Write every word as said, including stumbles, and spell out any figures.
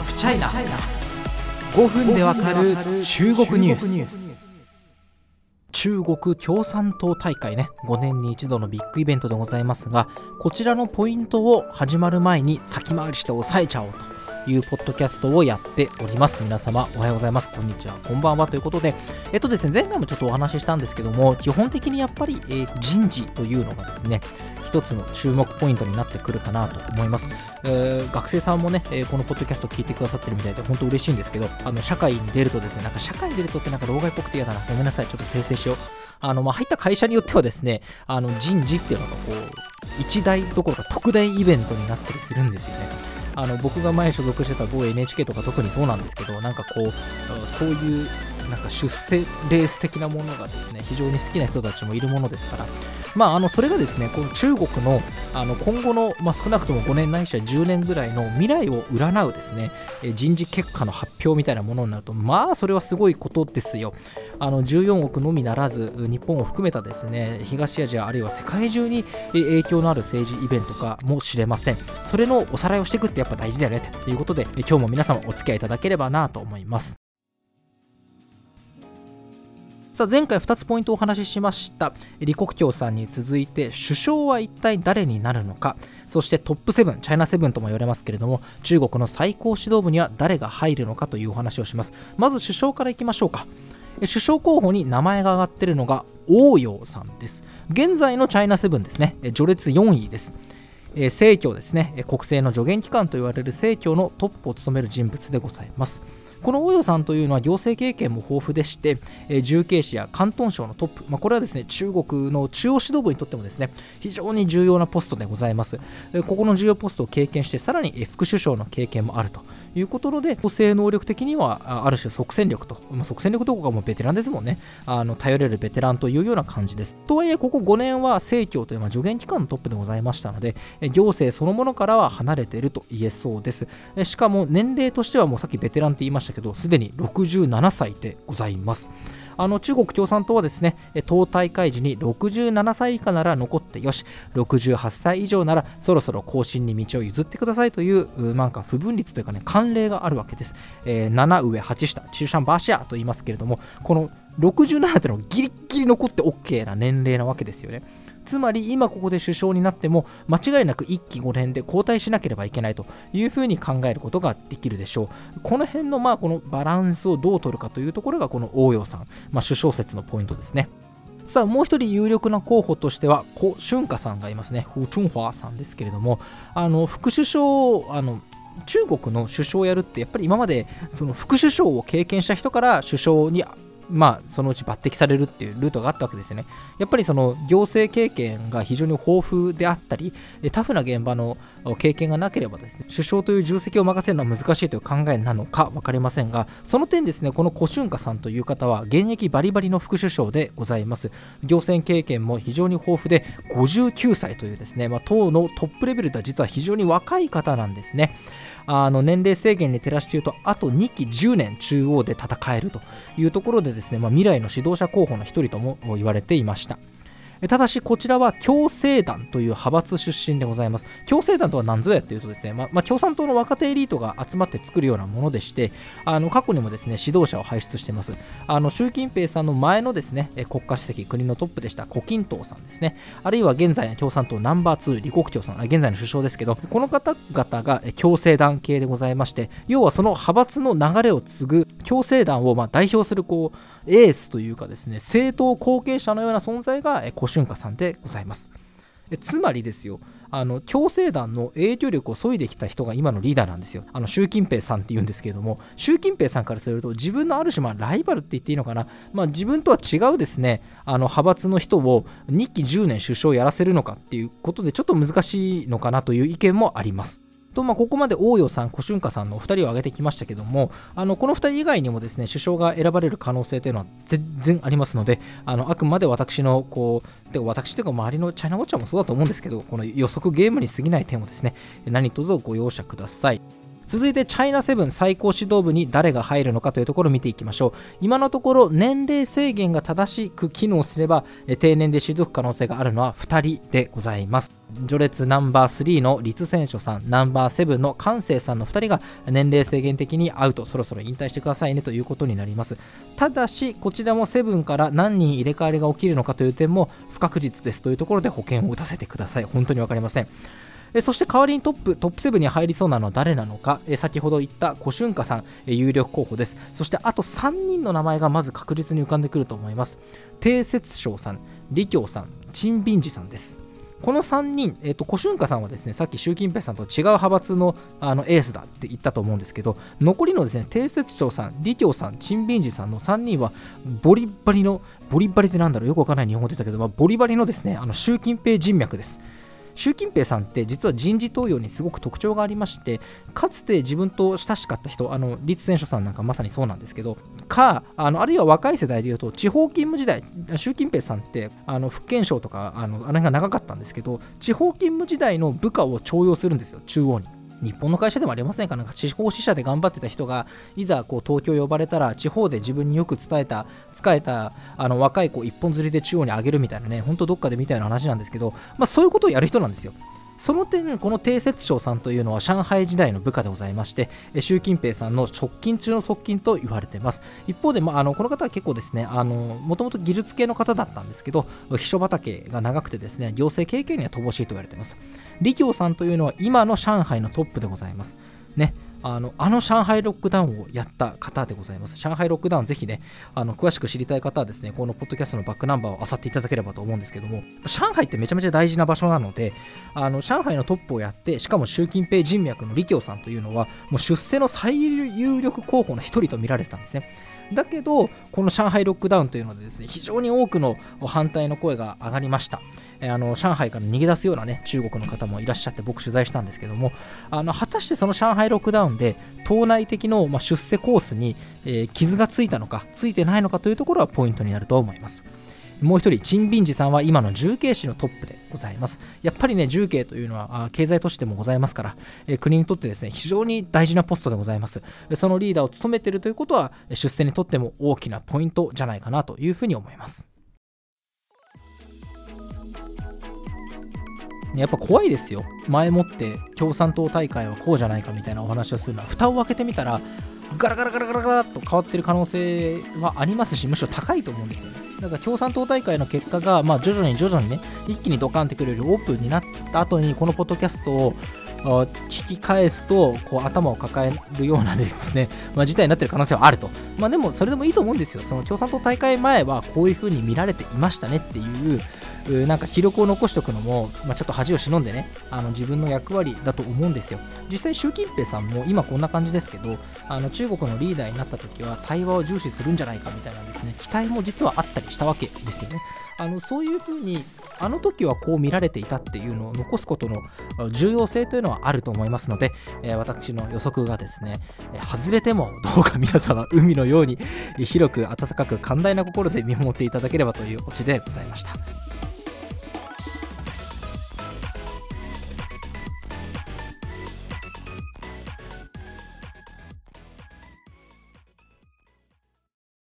フチャイナ。ごふんでわかる中国ニュース。中国共産党大会ね、ごねんに一度のビッグイベントでございますが、こちらのポイントを始まる前に先回りして押さえちゃおうというポッドキャストをやっております。皆様おはようございます、こんにちは、こんばんはということで、えっとですね前回もちょっとお話ししたんですけども、基本的にやっぱり、えー、人事というのがですね一つの注目ポイントになってくるかなと思います。えー、学生さんもね、えー、このポッドキャスト聞いてくださってるみたいで本当嬉しいんですけど、あの社会に出るとですね、なんか社会に出るとってなんか老害っぽくて嫌だな、ごめんなさい、ちょっと訂正しよう。あのまあ、入った会社によってはですね、あの人事っていうのがこう一大どころか特大イベントになったりするんですよね。あの僕が前所属してた某 エヌエイチケー とか特にそうなんですけど、なんかこうそういうなんか出世レース的なものがですね非常に好きな人たちもいるものですから、まああのそれがですねこの中国のあの今後の、まあ、少なくともごねんないしはじゅうねんぐらいの未来を占うですね人事結果の発表みたいなものになると、まあそれはすごいことですよ。あのじゅうよんおくのみならず日本を含めたですね東アジアあるいは世界中に影響のある政治イベントかもしれません。それのおさらいをしていくってやっぱ大事だよねということで、今日も皆様お付き合いいただければなと思います。さあ前回ふたつポイントをお話ししました。李克強さんに続いて首相は一体誰になるのか、そしてトップセブン、チャイナセブンとも言われますけれども、中国の最高指導部には誰が入るのかというお話をします。まず首相からいきましょうか。首相候補に名前が挙がっているのが王陽さんです。現在のチャイナセブンですね、序列よんいです。政教ですね、国政の助言機関と言われる政教のトップを務める人物でございます。この王陽さんというのは行政経験も豊富でして、重慶市や広東省のトップ、まあ、これはですね中国の中央指導部にとってもですね非常に重要なポストでございます。ここの重要ポストを経験して、さらに副首相の経験もあるということで、構成能力的にはある種即戦力と、まあ、即戦力どころかもうベテランですもんね。あの頼れるベテランというような感じです。とはいえここごねんは政教というまあ助言機関のトップでございましたので、行政そのものからは離れていると言えそうです。しかも年齢としてはもうさっきベテランって言いましたけど、すでにろくじゅうななさいでございます。あの中国共産党はですね党大会時にろくじゅうななさい以下なら残ってよし、ろくじゅうはっさい以上ならそろそろ後進に道を譲ってくださいというなんか不分率というかね慣例があるわけです。えー、なな上はち下中上バシャと言いますけれども、このろくじゅうななというのがギリギリ残って OK な年齢なわけですよね。つまり今ここで首相になっても間違いなくいっきごねんで交代しなければいけないというふうに考えることができるでしょう。この辺のまあこのバランスをどう取るかというところがこの王陽さん、まあ、首相説のポイントですね。さあもう一人有力な候補としては胡春華さんがいますね。胡春華さんですけれども、あの副首相あの中国の首相をやるってやっぱり今までその副首相を経験した人から首相にまあそのうち抜擢されるっていうルートがあったわけですよね。やっぱりその行政経験が非常に豊富であったり、タフな現場の経験がなければですね首相という重責を任せるのは難しいという考えなのか分かりませんが、その点ですねこの胡春華さんという方は現役バリバリの副首相でございます。行政経験も非常に豊富でごじゅうきゅうさいというですね、まあ、党のトップレベルでは実は非常に若い方なんですね。あの年齢制限に照らして言うとあとにきじゅうねん中央で戦えるというところでですね、まあ、未来の指導者候補の一人とも言われていました。ただしこちらは共青団という派閥出身でございます。共青団とは何ぞやというとですね、まあまあ、共産党の若手エリートが集まって作るようなものでして、あの過去にもですね指導者を輩出しています。あの習近平さんの前のですね国家主席、国のトップでした胡錦涛さんですね、あるいは現在の共産党ナンバーツー李克強さん、現在の首相ですけど、この方々が共青団系でございまして、要はその派閥の流れを継ぐ共青団をまあ代表するこうエースというかですね政党後継者のような存在が胡春華さんでございます。えつまりですよ、あの共青団の影響力を削いできた人が今のリーダーなんですよ。あの習近平さんって言うんですけれども、習近平さんからすると自分のある種まあライバルって言っていいのかな、まあ、自分とは違うですねあの派閥の人をにきじゅうねん首相をやらせるのかっていうことでちょっと難しいのかなという意見もあります。とまあ、ここまで王陽さん、胡春華さんのお二人を挙げてきましたけども、あのこのふたり以外にもですね首相が選ばれる可能性というのは全然ありますので、あのあくまで私のこうで私というか周りのチャイナウォッチャーもそうだと思うんですけど、この予測ゲームに過ぎない点をですね何卒ご容赦ください。 続いてチャイナセブン最高指導部に誰が入るのかというところを見ていきましょう。今のところ年齢制限が正しく機能すれば定年で退く可能性があるのはふたりでございます。序列ナンバースリーの立選手さん、ナンバーセブンの関西さんのふたりが年齢制限的にアウト、そろそろ引退してくださいねということになります。ただしこちらもセブンから何人入れ替わりが起きるのかという点も不確実ですというところで保険を打たせてください。本当に分かりません。えそして代わりにトップトップセブンに入りそうなのは誰なのか、え先ほど言ったコ・シュンカさん、え有力候補です。そしてあとさんにんの名前がまず確実に浮かんでくると思います。鄭雪章さん、李強さん、陳敏爾さんです。このさんにん、えーと、コ・シュンカさんはですね、さっき習近平さんと違う派閥 の, あのエースだって言ったと思うんですけど、残りのですね、鄭雪章さん、李強さん、陳敏爾さんのさんにんはボリバリの、ボリバリってなんだろう、よくわからない日本語で言ったけど、まあ、ボリバリのですね、あの習近平人脈です。習近平さんって実は人事登用にすごく特徴がありまして、かつて自分と親しかった人、あの栗戦書さんなんかまさにそうなんですけど、か あ, のあるいは若い世代でいうと地方勤務時代、習近平さんってあの福建省とか あ, のあの辺が長かったんですけど、地方勤務時代の部下を重用するんですよ、中央に。日本の会社でもありませんか、なんか地方支社で頑張ってた人がいざこう東京呼ばれたら地方で自分によく伝えた使えたあの若い子一本釣りで中央に上げるみたいなね、ほんとどっかで見たような話なんですけど、まあ、そういうことをやる人なんですよ。その点この鄭雪章さんというのは上海時代の部下でございまして、習近平さんの側近中の側近と言われています。一方で、まあ、あのこの方は結構ですね、もともと技術系の方だったんですけど、秘書畑が長くてですね、行政経験には乏しいと言われています。李強さんというのは今の上海のトップでございますね。あのあの上海ロックダウンをやった方でございます。上海ロックダウン、ぜひね、あの詳しく知りたい方はですね、このポッドキャストのバックナンバーを漁っていただければと思うんですけども、上海ってめちゃめちゃ大事な場所なので、あの上海のトップをやって、しかも習近平人脈の李強さんというのはもう出世の最有力候補の一人と見られてたんですね。だけどこの上海ロックダウンというのでですね、非常に多くの反対の声が上がりました。あの上海から逃げ出すようなね、中国の方もいらっしゃって、僕取材したんですけども、あの果たしてその上海ロックダウンで党内的の、まあ、出世コースに、えー、傷がついたのかついてないのかというところはポイントになると思います。もう一人、陳敏爾さんは今の重慶市のトップでございます。やっぱりね、重慶というのはあ経済都市でもございますから、えー、国にとってですね、非常に大事なポストでございます。そのリーダーを務めているということは、出世にとっても大きなポイントじゃないかなというふうに思います。やっぱ怖いですよ。前もって共産党大会はこうじゃないかみたいなお話をするのは、蓋を開けてみたらガラガラガラガラガラと変わってる可能性はありますし、むしろ高いと思うんですよね。だから共産党大会の結果が、まあ、徐々に徐々にね、一気にドカンってくるよりオープンになった後にこのポッドキャストを聞き返すとこう頭を抱えるようなですね、まあ、事態になっている可能性はあると。まあでもそれでもいいと思うんですよ。その共産党大会前はこういう風に見られていましたねっていうなんか記録を残しておくのも、まあ、ちょっと恥を忍んでね、あの自分の役割だと思うんですよ。実際習近平さんも今こんな感じですけど、あの中国のリーダーになった時は対話を重視するんじゃないかみたいなですね、期待も実はあったりしたわけですよね。あのそういう風にあの時はこう見られていたっていうのを残すことの重要性というのはあると思いますので、えー、私の予測がですね、えー、外れてもどうか皆様海のように広く温かく寛大な心で見守っていただければというオチでございました。